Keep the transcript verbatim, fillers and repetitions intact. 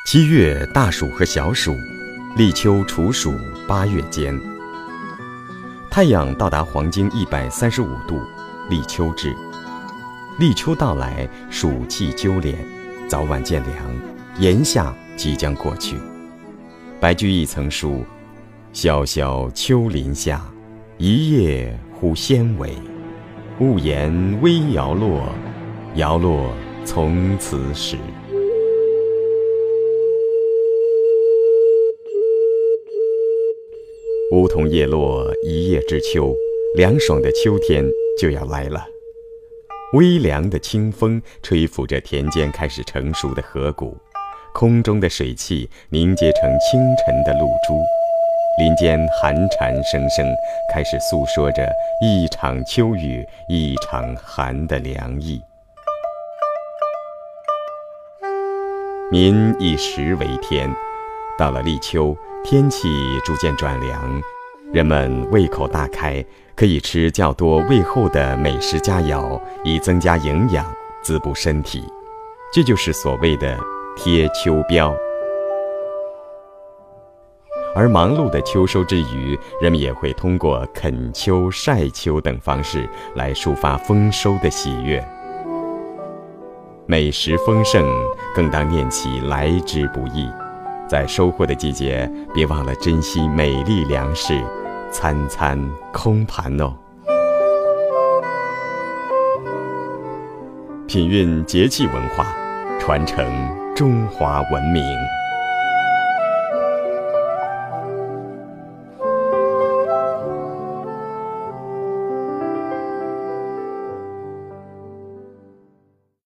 七月大暑和小暑，立秋处暑八月间。太阳到达黄经一百三十五度，立秋至。立秋到来，暑气纠连，早晚渐凉，炎夏即将过去。白居易曾书：萧萧秋林下，一叶忽纤维。物言微摇落，摇落从此始。梧桐叶落一叶知秋，凉爽的秋天就要来了。微凉的清风吹拂着田间开始成熟的河谷，空中的水汽凝结成清晨的露珠，林间寒蝉声声，开始诉说着一场秋雨一场寒的凉意。民以食为天，到了立秋，天气逐渐转凉，人们胃口大开，可以吃较多味厚的美食佳肴，以增加营养，滋补身体。这就是所谓的贴秋膘。而忙碌的秋收之余，人们也会通过恳秋、晒秋等方式来抒发丰收的喜悦。美食丰盛，更当念起来之不易。在收获的季节，别忘了珍惜美丽粮食，餐餐空盘哦。品韵节气文化，传承中华文明。